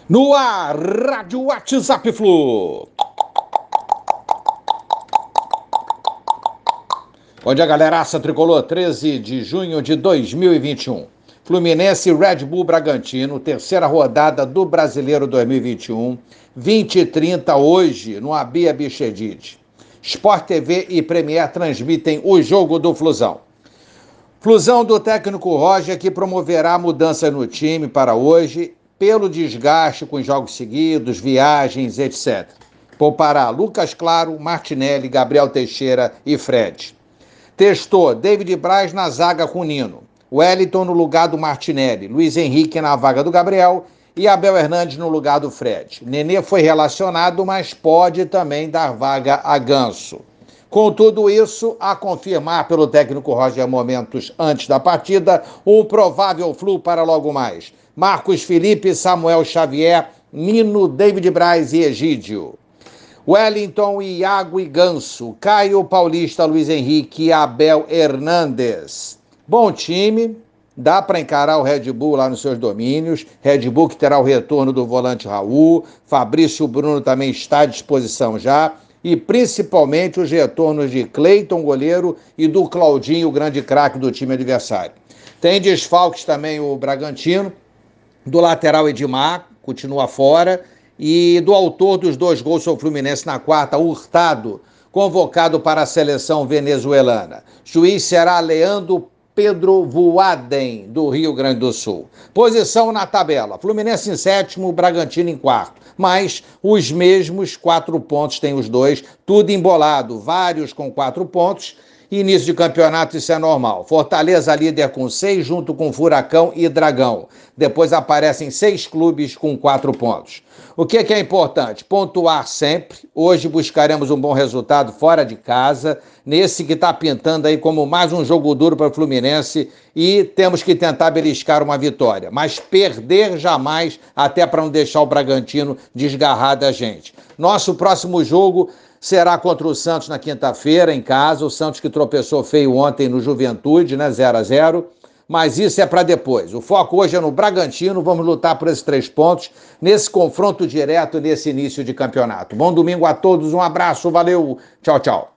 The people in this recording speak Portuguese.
No ar, Rádio WhatsApp Flu. Bom dia, galeraça tricolor, 13 de junho de 2021. Fluminense e Red Bull Bragantino, terceira rodada do Brasileiro 2021, 20h30 hoje no Abia Bichedid. Sport TV e Premier transmitem o jogo do Flusão. Flusão do técnico Roger, que promoverá mudança no time para hoje, pelo desgaste com jogos seguidos, viagens, etc. Poupará Lucas Claro, Martinelli, Gabriel Teixeira e Fred. Testou David Braz na zaga com Nino, Wellington no lugar do Martinelli, Luiz Henrique na vaga do Gabriel e Abel Hernandes no lugar do Fred. Nenê foi relacionado, mas pode também dar vaga a Ganso. Com tudo isso, a confirmar pelo técnico Roger momentos antes da partida, um provável Flu para logo mais. Marcos Felipe, Samuel Xavier, Nino, David Braz e Egídio. Wellington, Iago e Ganso, Caio Paulista, Luiz Henrique e Abel Hernandes. Bom time, dá para encarar o Red Bull lá nos seus domínios. Red Bull que terá o retorno do volante Raul, Fabrício Bruno também está à disposição já. E principalmente os retornos de Cleiton, goleiro, e do Claudinho, o grande craque do time adversário. Tem desfalques também o Bragantino, do lateral Edmar, continua fora, e do autor dos 2 gols ao Fluminense na quarta, Hurtado, convocado para a seleção venezuelana. Juiz será Leandro Pedro Voaden, do Rio Grande do Sul. Posição na tabela: Fluminense em 7º, Bragantino em 4º. Mas os mesmos 4 pontos têm os dois, tudo embolado, vários com 4 pontos. Início de campeonato, isso é normal. Fortaleza líder com 6, junto com Furacão e Dragão. Depois aparecem 6 clubes com 4 pontos. O que é importante? Pontuar sempre. Hoje buscaremos um bom resultado fora de casa, nesse que está pintando aí como mais um jogo duro para o Fluminense, e temos que tentar beliscar uma vitória. Mas perder jamais, até para não deixar o Bragantino desgarrar da gente. Nosso próximo jogo será contra o Santos na quinta-feira, em casa. O Santos que tropeçou feio ontem no Juventude, né? 0-0. Mas isso é para depois. O foco hoje é no Bragantino. Vamos lutar por esses 3 pontos nesse confronto direto, nesse início de campeonato. Bom domingo a todos, um abraço, valeu, tchau, tchau.